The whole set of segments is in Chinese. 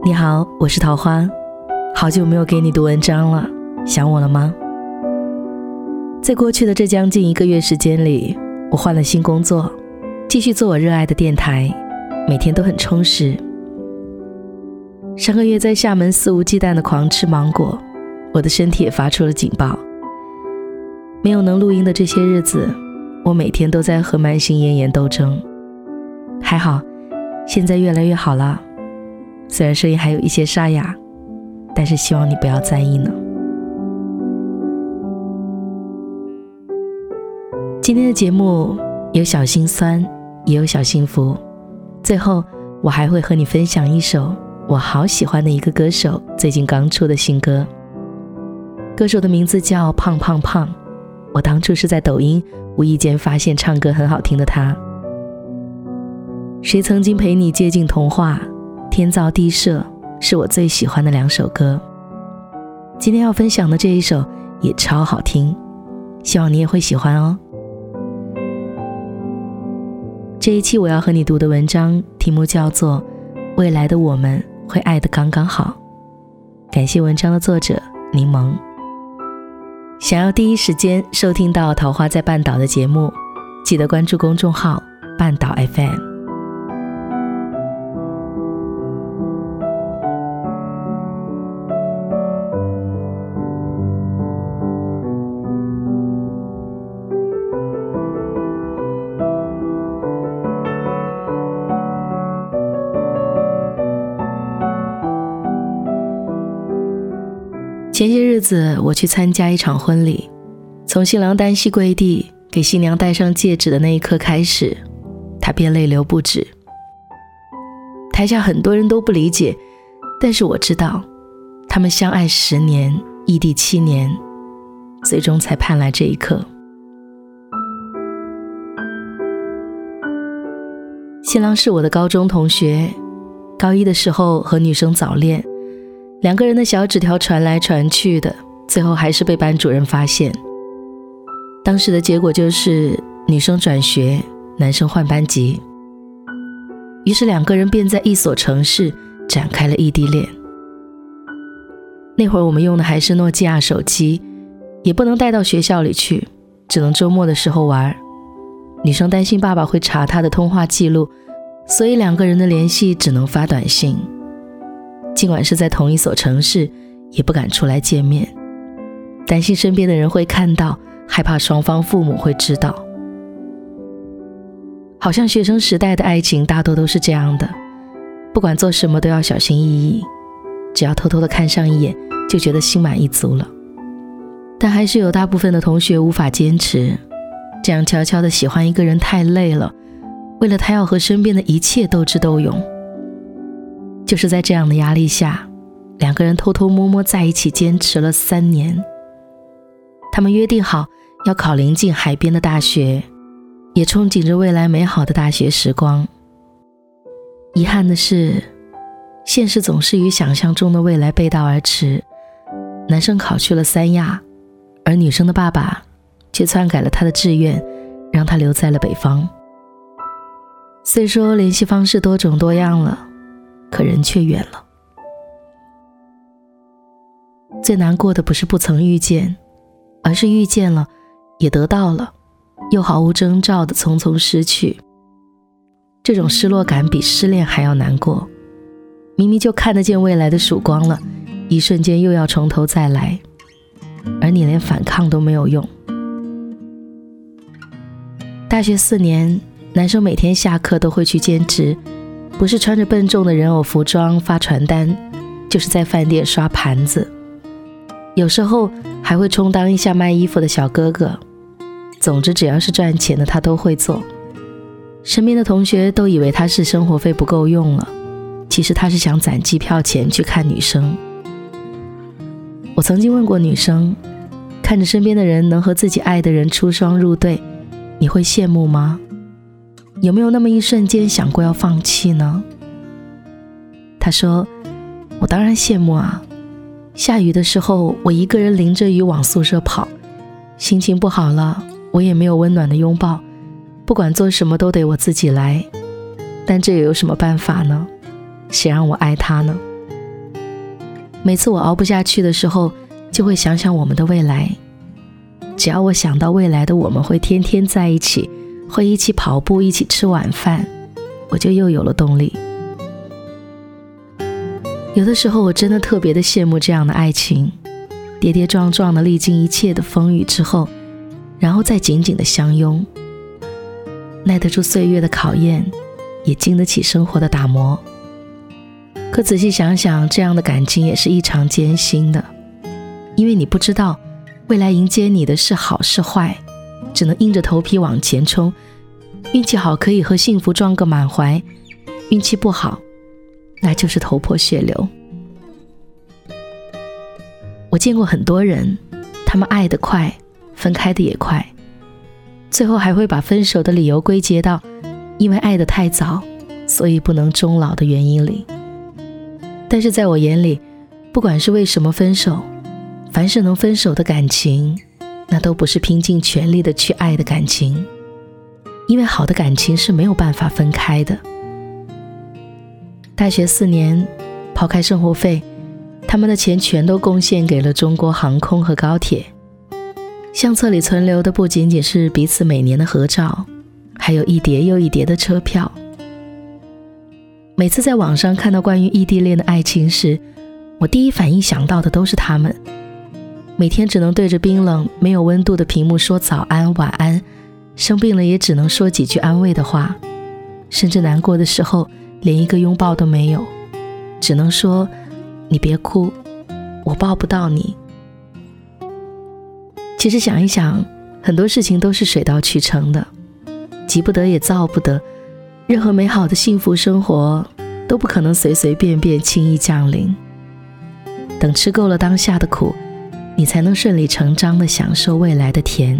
你好，我是桃花，好久没有给你读文章了，想我了吗？在过去的这将近1个月时间里，我换了新工作，继续做我热爱的电台，每天都很充实。上个月在厦门肆无忌惮地狂吃芒果，我的身体也发出了警报。没有能录音的这些日子，我每天都在和慢性咽炎斗争。还好，现在越来越好了，虽然声音还有一些沙哑，但是希望你不要在意呢。今天的节目有小心酸，也有小幸福，最后我还会和你分享一首我好喜欢的一个歌手最近刚出的新歌。歌手的名字叫胖胖胖，我当初是在抖音无意间发现唱歌很好听的他。谁曾经陪你接近童话，天造地设是我最喜欢的2首歌。今天要分享的这一首也超好听，希望你也会喜欢哦。这一期我要和你读的文章题目叫做未来的我们会爱得刚刚好，感谢文章的作者柠檬。想要第一时间收听到桃花在半岛的节目，记得关注公众号半岛 FM。前些日子我去参加一场婚礼，从新郎单膝跪地给新娘戴上戒指的那一刻开始，他便泪流不止。台下很多人都不理解，但是我知道他们相爱10年，异地7年，最终才盼来这一刻。新郎是我的高中同学，高1的时候和女生早恋，2个人的小纸条传来传去的，最后还是被班主任发现。当时的结果就是女生转学，男生换班级，于是2个人便在一所城市展开了异地恋。那会儿我们用的还是诺基亚手机，也不能带到学校里去，只能周末的时候玩。女生担心爸爸会查她的通话记录，所以2个人的联系只能发短信。尽管是在同一所城市，也不敢出来见面，担心身边的人会看到，害怕双方父母会知道。好像学生时代的爱情大多都是这样的，不管做什么都要小心翼翼，只要偷偷的看上一眼，就觉得心满意足了。但还是有大部分的同学无法坚持，这样悄悄的喜欢一个人太累了，为了他要和身边的一切斗智斗勇。就是在这样的压力下，2个人偷偷摸摸在一起坚持了3年。他们约定好要考临近海边的大学，也憧憬着未来美好的大学时光。遗憾的是，现实总是与想象中的未来背道而驰。男生考去了3亚，而女生的爸爸却篡改了他的志愿，让他留在了北方。虽说联系方式多种多样了，可人却远了。最难过的不是不曾遇见，而是遇见了，也得到了，又毫无征兆的匆匆失去。这种失落感比失恋还要难过，明明就看得见未来的曙光了，一瞬间又要从头再来，而你连反抗都没有用。大学4年，男生每天下课都会去兼职，不是穿着笨重的人偶服装发传单，就是在饭店刷盘子，有时候还会充当一下卖衣服的小哥哥。总之只要是赚钱的他都会做。身边的同学都以为他是生活费不够用了，其实他是想攒机票钱去看女生。我曾经问过女生，看着身边的人能和自己爱的人出双入对，你会羡慕吗？有没有那么一瞬间想过要放弃呢？他说，我当然羡慕啊，下雨的时候我一个人淋着雨往宿舍跑，心情不好了我也没有温暖的拥抱，不管做什么都得我自己来，但这又有什么办法呢？谁让我爱他呢？ 每次我熬不下去的时候，就会想想我们的未来。只要我想到未来的我们会天天在一起，会一起跑步，一起吃晚饭，我就又有了动力。有的时候我真的特别的羡慕这样的爱情，跌跌撞撞的历经一切的风雨之后，然后再紧紧的相拥，耐得住岁月的考验，也经得起生活的打磨。可仔细想想，这样的感情也是异常艰辛的，因为你不知道未来迎接你的是好是坏，只能硬着头皮往前冲。运气好可以和幸福撞个满怀，运气不好那就是头破血流。我见过很多人，他们爱得快，分开的也快，最后还会把分手的理由归结到因为爱得太早，所以不能终老的原因里。但是在我眼里，不管是为什么分手，凡是能分手的感情，那都不是拼尽全力的去爱的感情，因为好的感情是没有办法分开的。大学4年，抛开生活费，他们的钱全都贡献给了中国航空和高铁。相册里存留的不仅仅是彼此每年的合照，还有一叠又一叠的车票。每次在网上看到关于异地恋的爱情时，我第一反应想到的都是他们。每天只能对着冰冷没有温度的屏幕说早安晚安，生病了也只能说几句安慰的话，甚至难过的时候连一个拥抱都没有，只能说你别哭，我抱不到你。其实想一想，很多事情都是水到渠成的，急不得也躁不得，任何美好的幸福生活都不可能随随便便轻易降临。等吃够了当下的苦，你才能顺理成章地享受未来的甜。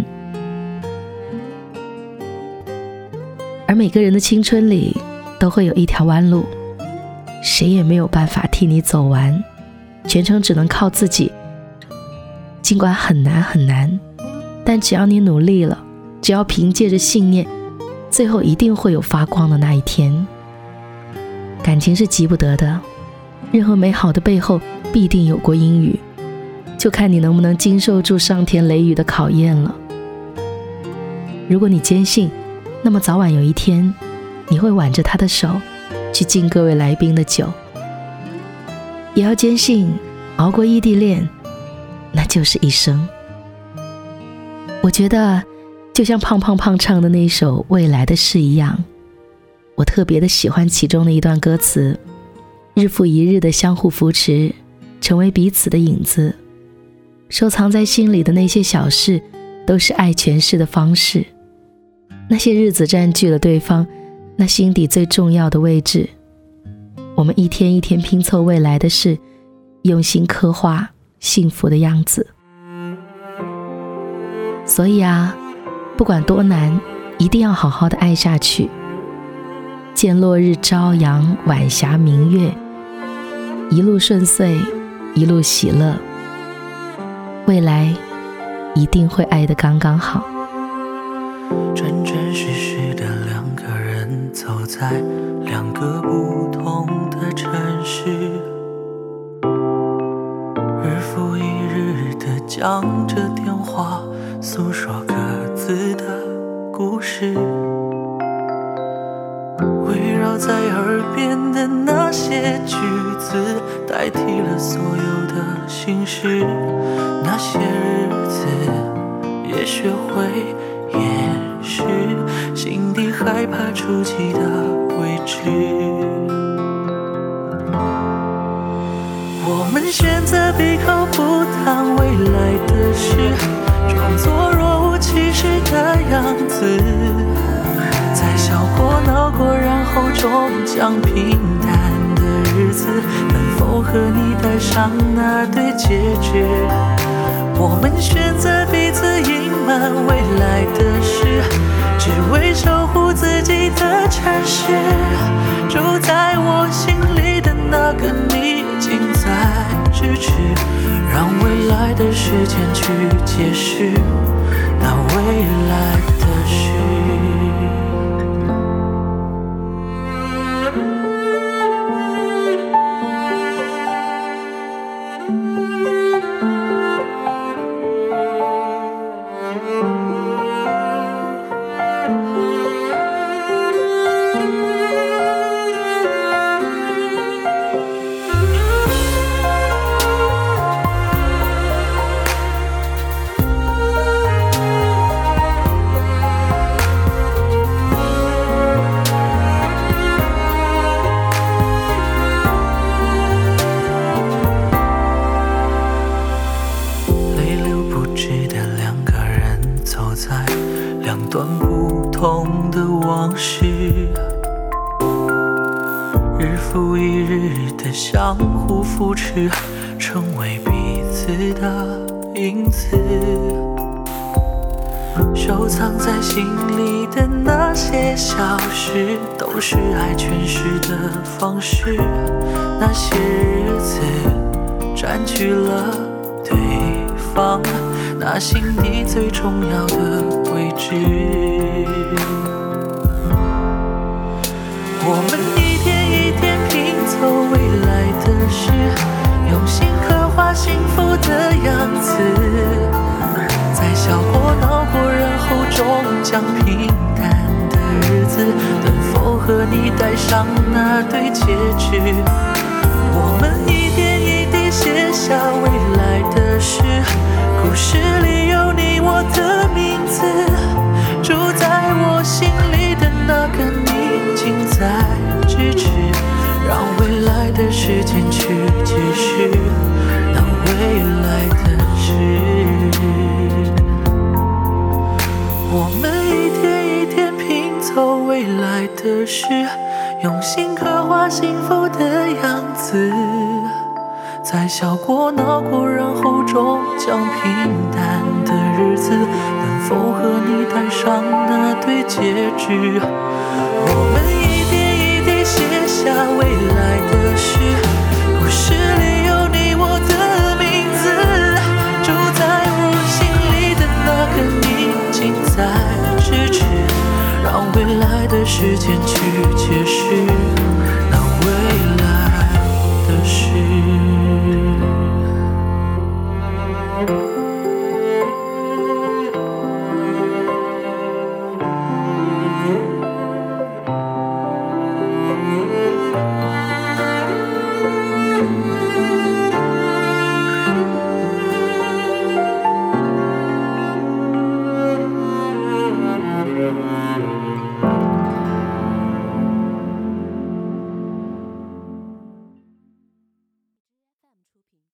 而每个人的青春里都会有一条弯路，谁也没有办法替你走完，全程只能靠自己。尽管很难很难，但只要你努力了，只要凭借着信念，最后一定会有发光的那一天。感情是急不得的，任何美好的背后必定有过阴雨，就看你能不能经受住上天雷雨的考验了。如果你坚信，那么早晚有一天，你会挽着他的手去敬各位来宾的酒。也要坚信，熬过异地恋，那就是一生。我觉得就像胖胖胖唱的那首《未来的事》一样，我特别的喜欢其中的一段歌词，日复一日的相互扶持，成为彼此的影子，收藏在心里的那些小事，都是爱诠释的方式。那些日子占据了对方那心底最重要的位置，我们一天一天拼凑未来的事，用心刻画幸福的样子。所以啊，不管多难，一定要好好的爱下去。见落日朝阳，晚霞明月，一路顺遂，一路喜乐，未来一定会爱得刚刚好。 真真实实的两个人走在两个不同的城市，日复一日的讲着电话，诉说各自的故事，围绕在耳边的那些句子，代替了所有的心事。那些日子也学会掩饰心底害怕触及的位置。我们选择闭口不谈未来的事，装作若无其事的样子，在笑过闹过然后终将平淡的日子，能否和你戴上那对戒指？我们选择彼此隐瞒未来的事，只为守护自己的城市。住在我心里的那个你近在咫尺，让未来的时间去解释那未来的事。 日复一日的相互扶持，成为彼此的影子。收藏在心里的那些小事，都是爱诠释的方式。那些日子占据了对方那心底最重要的位置。我们一天一天拼凑未来的事，用心刻画幸福的样子，在笑过闹过然后终将平淡的日子，能否和你戴上那对戒指。我们一点一滴写下未来的事，故事里有你我的名字，住在我心里的那个你近在咫尺，让未来的时间去解释那未来的事。我们一天一天拼凑未来的事，用心刻画幸福的样子，在笑过闹过然后终将平淡的日子，能否和你戴上那对戒指。我们